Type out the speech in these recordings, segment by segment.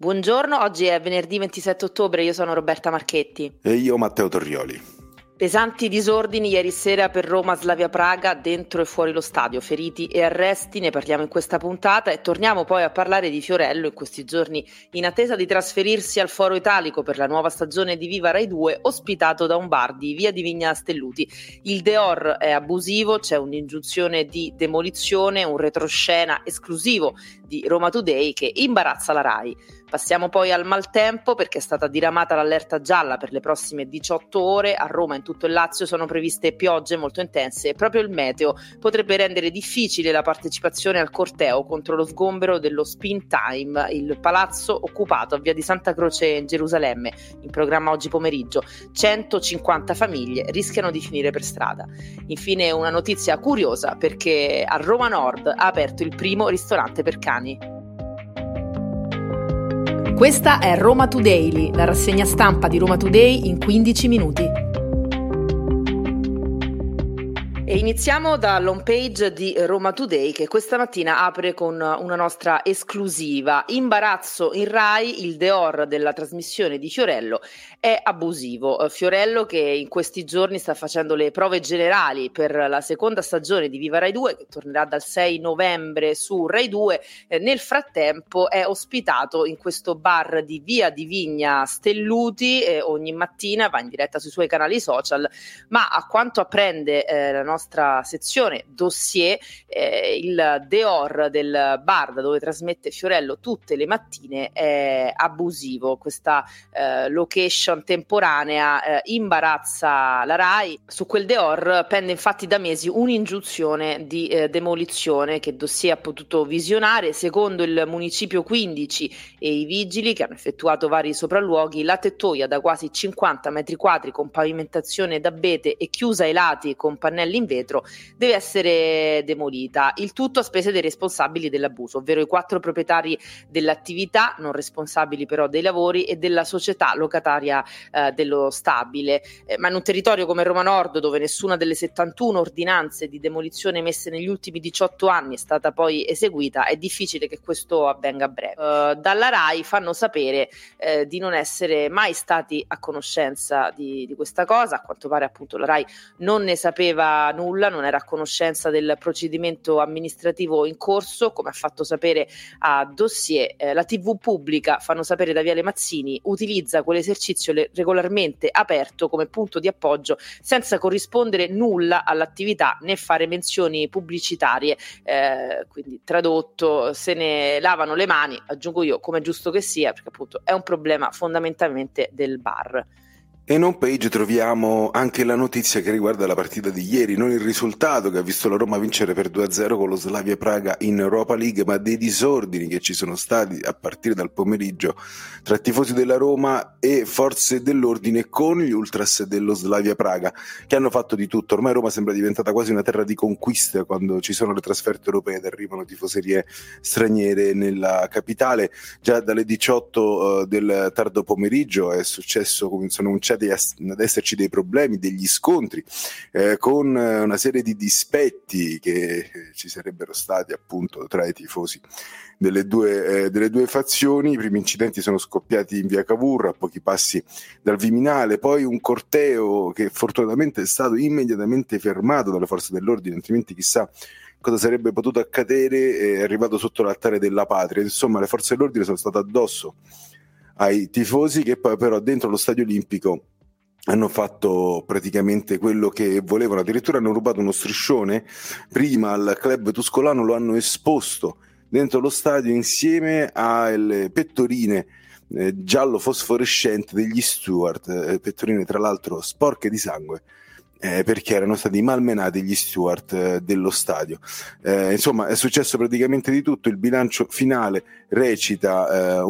Buongiorno, oggi è venerdì 27 ottobre, io sono Roberta Marchetti. E io Matteo Torrioli. Pesanti disordini ieri sera per Roma Slavia Praga, dentro e fuori lo stadio, feriti e arresti, ne parliamo in questa puntata e torniamo poi a parlare di Fiorello in questi giorni in attesa di trasferirsi al Foro Italico per la nuova stagione di Viva Rai 2, ospitato da un bar di Via di Vigna Stelluti. Il Deor è abusivo, c'è un'ingiunzione di demolizione, un retroscena esclusivo di Roma Today che imbarazza la Rai. Passiamo poi al maltempo perché è stata diramata l'allerta gialla per le prossime 18 ore. A Roma e in tutto il Lazio sono previste piogge molto intense e proprio il meteo potrebbe rendere difficile la partecipazione al corteo contro lo sgombero dello Spin Time, il palazzo occupato a Via di Santa Croce in Gerusalemme, in programma oggi pomeriggio. 150 famiglie rischiano di finire per strada. Infine una notizia curiosa perché a Roma Nord ha aperto il primo ristorante per cani. Questa è Roma Today, la rassegna stampa di Roma Today in 15 minuti. E iniziamo dall'home page di Roma Today che questa mattina apre con una nostra esclusiva. Imbarazzo in Rai, il Deor della trasmissione di Fiorello è abusivo. Fiorello che in questi giorni sta facendo le prove generali per la seconda stagione di Viva Rai 2 che tornerà dal 6 novembre su Rai 2. Nel frattempo è ospitato in questo bar di Via di Vigna Stelluti, ogni mattina va in diretta sui suoi canali social, ma a quanto apprende la nostra sezione dossier, il Deor del bar dove trasmette Fiorello tutte le mattine è abusivo. Questa location temporanea imbarazza la Rai. Su quel Deor pende infatti da mesi un'ingiunzione di demolizione che dossier ha potuto visionare. Secondo il Municipio 15 e i vigili che hanno effettuato vari sopralluoghi, la tettoia da quasi 50 metri quadri con pavimentazione d'abete e chiusa ai lati con pannelli in vetro deve essere demolita, il tutto a spese dei responsabili dell'abuso, ovvero i 4 proprietari dell'attività, non responsabili però dei lavori, e della società locataria dello stabile. Ma in un territorio come Roma Nord, dove nessuna delle 71 ordinanze di demolizione emesse negli ultimi 18 anni è stata poi eseguita, è difficile che questo avvenga a breve. Dalla Rai fanno sapere di non essere mai stati a conoscenza di questa cosa. A quanto pare appunto la Rai non ne sapeva nulla, non era a conoscenza del procedimento amministrativo in corso, come ha fatto sapere a dossier. La TV pubblica, fanno sapere da Viale Mazzini, utilizza quell'esercizio regolarmente aperto come punto di appoggio senza corrispondere nulla all'attività né fare menzioni pubblicitarie, quindi tradotto se ne lavano le mani, aggiungo io, come è giusto che sia, perché appunto è un problema fondamentalmente del bar. E in home page troviamo anche la notizia che riguarda la partita di ieri, non il risultato che ha visto la Roma vincere per 2-0 con lo Slavia Praga in Europa League, ma dei disordini che ci sono stati a partire dal pomeriggio tra tifosi della Roma e forze dell'ordine con gli ultras dello Slavia Praga, che hanno fatto di tutto. Ormai Roma sembra diventata quasi una terra di conquiste quando ci sono le trasferte europee ed arrivano tifoserie straniere nella capitale. Già dalle 18 del tardo pomeriggio è successo, sono cominciati ad esserci dei problemi, degli scontri con una serie di dispetti che ci sarebbero stati appunto tra i tifosi delle due fazioni. I primi incidenti sono scoppiati in via Cavour, a pochi passi dal Viminale, poi un corteo che fortunatamente è stato immediatamente fermato dalle forze dell'ordine, altrimenti chissà cosa sarebbe potuto accadere, è arrivato sotto l'altare della patria. Insomma, le forze dell'ordine sono state addosso ai tifosi, che poi però dentro lo stadio olimpico hanno fatto praticamente quello che volevano. Addirittura hanno rubato uno striscione prima al club tuscolano, lo hanno esposto dentro lo stadio insieme alle pettorine giallo fosforescente degli steward, pettorine tra l'altro sporche di sangue, perché erano stati malmenati gli steward dello stadio. Insomma, è successo praticamente di tutto. Il bilancio finale recita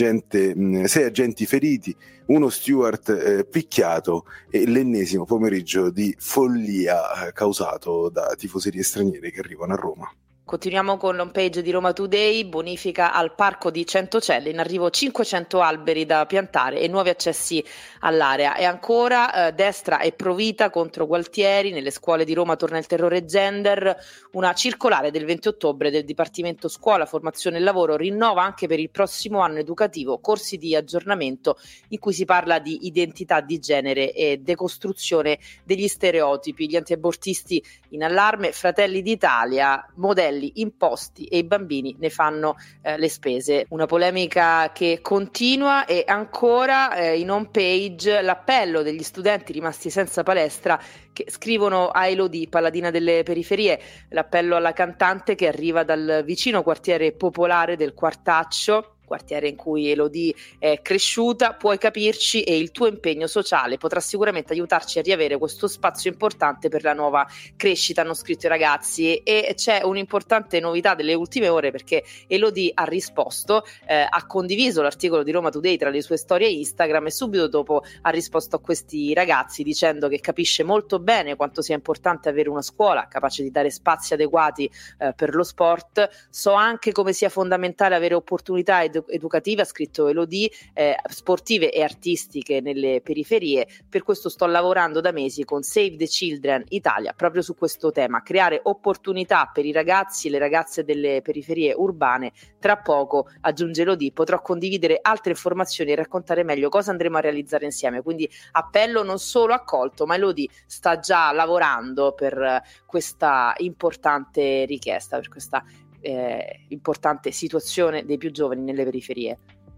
6 agenti feriti, uno steward picchiato e l'ennesimo pomeriggio di follia causato da tifoserie straniere che arrivano a Roma. Continuiamo con l'homepage di Roma Today, bonifica al parco di Centocelle, in arrivo 500 alberi da piantare e nuovi accessi all'area. E ancora destra e Provita contro Gualtieri, nelle scuole di Roma torna il terrore gender, una circolare del 20 ottobre del Dipartimento Scuola, Formazione e Lavoro rinnova anche per il prossimo anno educativo corsi di aggiornamento in cui si parla di identità di genere e decostruzione degli stereotipi. Gli antiabortisti in allarme, Fratelli d'Italia, modelli imposti e i bambini ne fanno le spese. Una polemica che continua. E ancora in home page l'appello degli studenti rimasti senza palestra che scrivono a Elodie, paladina delle periferie, l'appello alla cantante che arriva dal vicino quartiere popolare del Quartaccio, quartiere in cui Elodie è cresciuta. Puoi capirci e il tuo impegno sociale potrà sicuramente aiutarci a riavere questo spazio importante per la nuova crescita, hanno scritto i ragazzi. E c'è un'importante novità delle ultime ore, perché Elodie ha risposto, ha condiviso l'articolo di Roma Today tra le sue storie Instagram e subito dopo ha risposto a questi ragazzi dicendo che capisce molto bene quanto sia importante avere una scuola capace di dare spazi adeguati per lo sport. So anche come sia fondamentale avere opportunità educative, ha scritto Elodie, sportive e artistiche nelle periferie. Per questo sto lavorando da mesi con Save the Children Italia proprio su questo tema, creare opportunità per i ragazzi e le ragazze delle periferie urbane. Tra poco, aggiunge Elodie, potrò condividere altre informazioni e raccontare meglio cosa andremo a realizzare insieme. Quindi appello non solo accolto, ma Elodie sta già lavorando per questa importante richiesta, per questa importante situazione dei più giovani nelle periferie.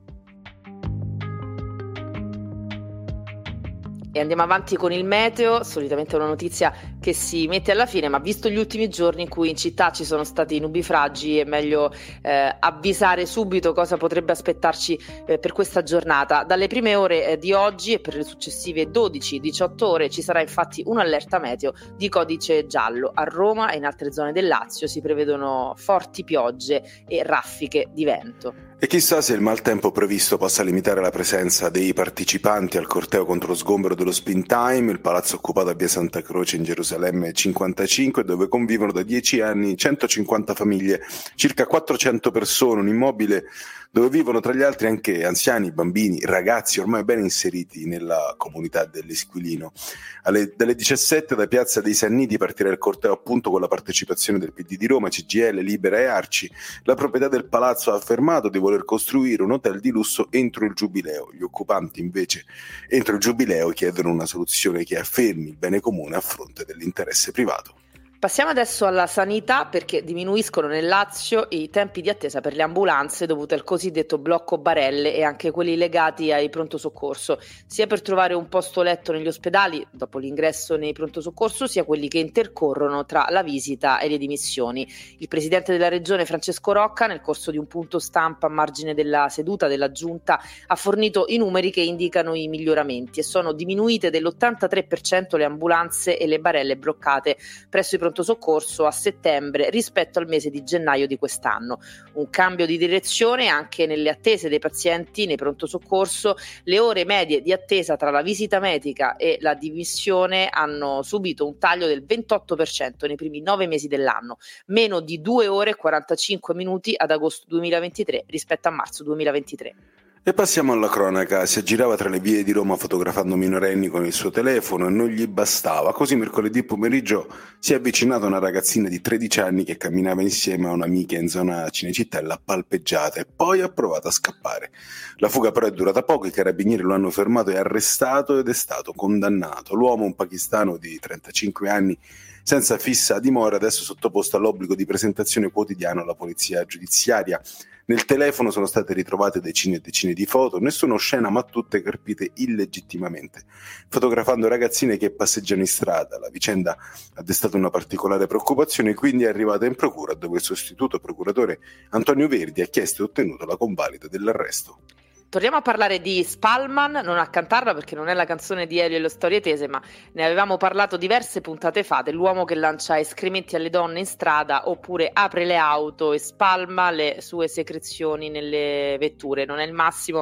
E andiamo avanti con il meteo, solitamente una notizia che si mette alla fine, ma visto gli ultimi giorni in cui in città ci sono stati nubifragi è meglio avvisare subito cosa potrebbe aspettarci per questa giornata. Dalle prime ore di oggi e per le successive 12-18 ore ci sarà infatti un'allerta meteo di codice giallo. A Roma e in altre zone del Lazio si prevedono forti piogge e raffiche di vento. E chissà se il maltempo previsto possa limitare la presenza dei partecipanti al corteo contro lo sgombero dello Spin Time, il palazzo occupato a via Santa Croce in Gerusalemme 55, dove convivono da 10 anni 150 famiglie, circa 400 persone, un immobile dove vivono tra gli altri anche anziani, bambini, ragazzi ormai ben inseriti nella comunità dell'Esquilino. Dalle 17 da Piazza dei Sanniti partirà il corteo appunto con la partecipazione del PD di Roma, CGIL, Libera e Arci. La proprietà del palazzo ha affermato di voler costruire un hotel di lusso entro il Giubileo. Gli occupanti invece entro il Giubileo chiedono una soluzione che affermi il bene comune a fronte dell'interesse privato. Passiamo adesso alla sanità, perché diminuiscono nel Lazio i tempi di attesa per le ambulanze dovute al cosiddetto blocco barelle e anche quelli legati ai pronto soccorso, sia per trovare un posto letto negli ospedali dopo l'ingresso nei pronto soccorso, sia quelli che intercorrono tra la visita e le dimissioni. Il presidente della regione Francesco Rocca, nel corso di un punto stampa a margine della seduta della giunta, ha fornito i numeri che indicano i miglioramenti e sono diminuite dell'83% le ambulanze e le barelle bloccate presso i pronto soccorso a settembre rispetto al mese di gennaio di quest'anno. Un cambio di direzione anche nelle attese dei pazienti nei pronto soccorso. Le ore medie di attesa tra la visita medica e la dimissione hanno subito un taglio del 28% nei primi 9 mesi dell'anno, meno di 2 ore e 45 minuti ad agosto 2023 rispetto a marzo 2023. E passiamo alla cronaca. Si aggirava tra le vie di Roma fotografando minorenni con il suo telefono e non gli bastava. Così mercoledì pomeriggio si è avvicinata una ragazzina di 13 anni che camminava insieme a un'amica in zona Cinecittà e l'ha palpeggiata e poi ha provato a scappare. La fuga però è durata poco, i carabinieri lo hanno fermato e arrestato ed è stato condannato. L'uomo, un pakistano di 35 anni, senza fissa dimora, adesso sottoposto all'obbligo di presentazione quotidiano alla polizia giudiziaria. Nel telefono sono state ritrovate decine e decine di foto, nessuna oscena ma tutte carpite illegittimamente, fotografando ragazzine che passeggiano in strada. La vicenda ha destato una particolare preoccupazione, quindi è arrivata in procura, dove il sostituto procuratore Antonio Verdi ha chiesto e ottenuto la convalida dell'arresto. Torniamo a parlare di Spallman, non a cantarla perché non è la canzone di Elio e le storie tese, ma ne avevamo parlato diverse puntate fa, dell'uomo che lancia escrementi alle donne in strada oppure apre le auto e spalma le sue secrezioni nelle vetture. Non è il massimo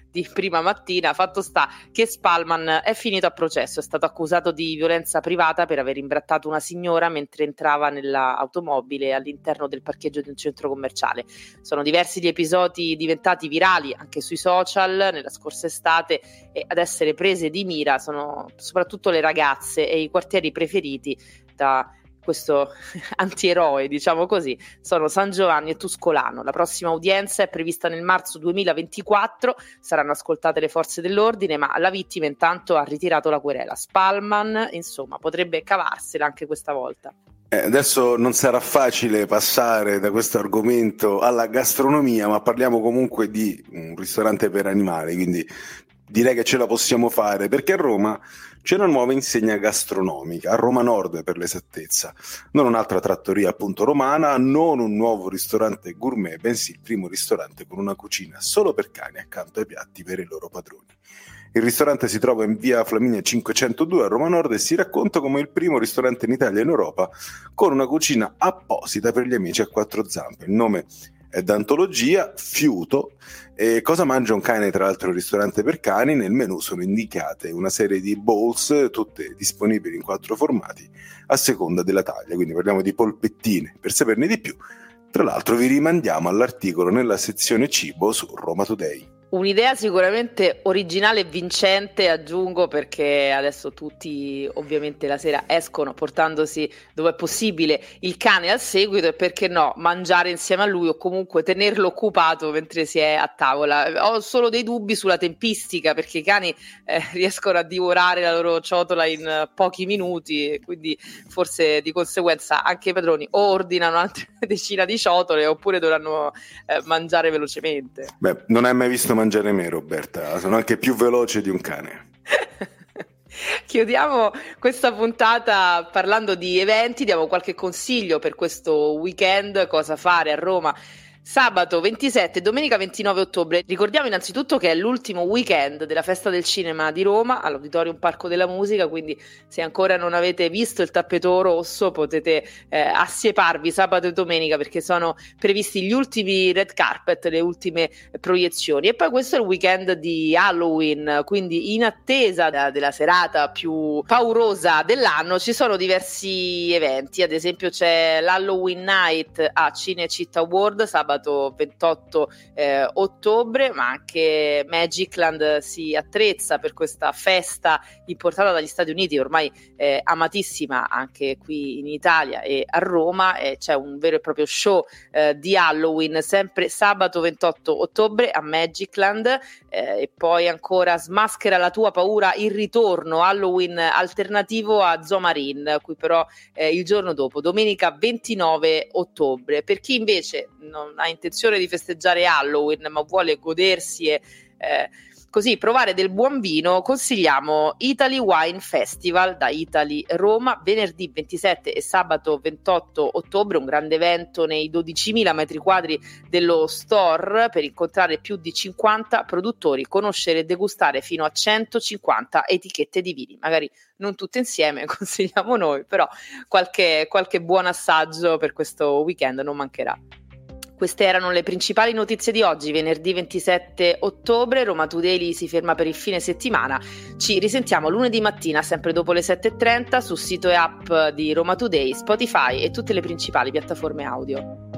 di prima mattina. Fatto sta che Spalman è finito a processo, è stato accusato di violenza privata per aver imbrattato una signora mentre entrava nell'automobile all'interno del parcheggio di un centro commerciale. Sono diversi gli episodi diventati virali anche sui social nella scorsa estate, e ad essere prese di mira sono soprattutto le ragazze, e i quartieri preferiti da questo antieroe, diciamo così, sono San Giovanni e Tuscolano. La prossima udienza è prevista nel marzo 2024, saranno ascoltate le forze dell'ordine, ma la vittima intanto ha ritirato la querela. Spalman, insomma, potrebbe cavarsela anche questa volta. Adesso non sarà facile passare da questo argomento alla gastronomia, ma parliamo comunque di un ristorante per animali, quindi direi che ce la possiamo fare, perché a Roma c'è una nuova insegna gastronomica, a Roma Nord per l'esattezza, non un'altra trattoria appunto romana, non un nuovo ristorante gourmet, bensì il primo ristorante con una cucina solo per cani accanto ai piatti per i loro padroni. Il ristorante si trova in via Flaminia 502 a Roma Nord e si racconta come il primo ristorante in Italia e in Europa con una cucina apposita per gli amici a quattro zampe. Il nome è d'antologia, Fiuto. E cosa mangia un cane? Tra l'altro, il ristorante per cani. Nel menù sono indicate una serie di bowls, tutte disponibili in 4 formati a seconda della taglia, quindi parliamo di polpettine. Per saperne di più, tra l'altro, vi rimandiamo all'articolo nella sezione cibo su Roma Today. Un'idea sicuramente originale e vincente, aggiungo, perché adesso tutti ovviamente la sera escono portandosi, dove è possibile, il cane al seguito, e perché no, mangiare insieme a lui o comunque tenerlo occupato mentre si è a tavola. Ho solo dei dubbi sulla tempistica, perché i cani riescono a divorare la loro ciotola in pochi minuti, quindi forse di conseguenza anche i padroni o ordinano un'altra decina di ciotole oppure dovranno mangiare velocemente. Beh, non hai mai visto mangiare me, Roberta, sono anche più veloce di un cane. Chiudiamo questa puntata parlando di eventi, diamo qualche consiglio per questo weekend, cosa fare a Roma sabato 27 e domenica 29 ottobre. Ricordiamo innanzitutto che è l'ultimo weekend della Festa del Cinema di Roma all'Auditorium Parco della Musica, quindi se ancora non avete visto il tappeto rosso potete assieparvi sabato e domenica, perché sono previsti gli ultimi red carpet, le ultime proiezioni. E poi questo è il weekend di Halloween, quindi in attesa della serata più paurosa dell'anno ci sono diversi eventi. Ad esempio c'è l'Halloween Night a Cinecittà World sabato 28 ottobre, ma anche Magicland si attrezza per questa festa importata dagli Stati Uniti, ormai amatissima anche qui in Italia e a Roma. C'è un vero e proprio show di Halloween sempre sabato 28 ottobre a Magicland. E poi ancora Smaschera la tua paura, il ritorno, Halloween alternativo a Zoo Marine, qui però il giorno dopo, domenica 29 ottobre. Per chi invece non ha intenzione di festeggiare Halloween ma vuole godersi e così provare del buon vino, consigliamo Italy Wine Festival da Italy Roma, venerdì 27 e sabato 28 ottobre, un grande evento nei 12.000 metri quadri dello store per incontrare più di 50 produttori, conoscere e degustare fino a 150 etichette di vini, magari non tutte insieme, consigliamo noi, però qualche buon assaggio per questo weekend non mancherà. Queste erano le principali notizie di oggi, venerdì 27 ottobre. Roma Today si ferma per il fine settimana. Ci risentiamo lunedì mattina, sempre dopo le 7:30, sul sito e app di Roma Today, Spotify e tutte le principali piattaforme audio.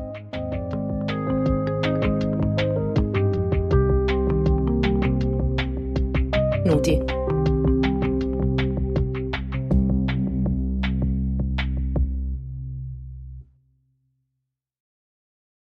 Nuti.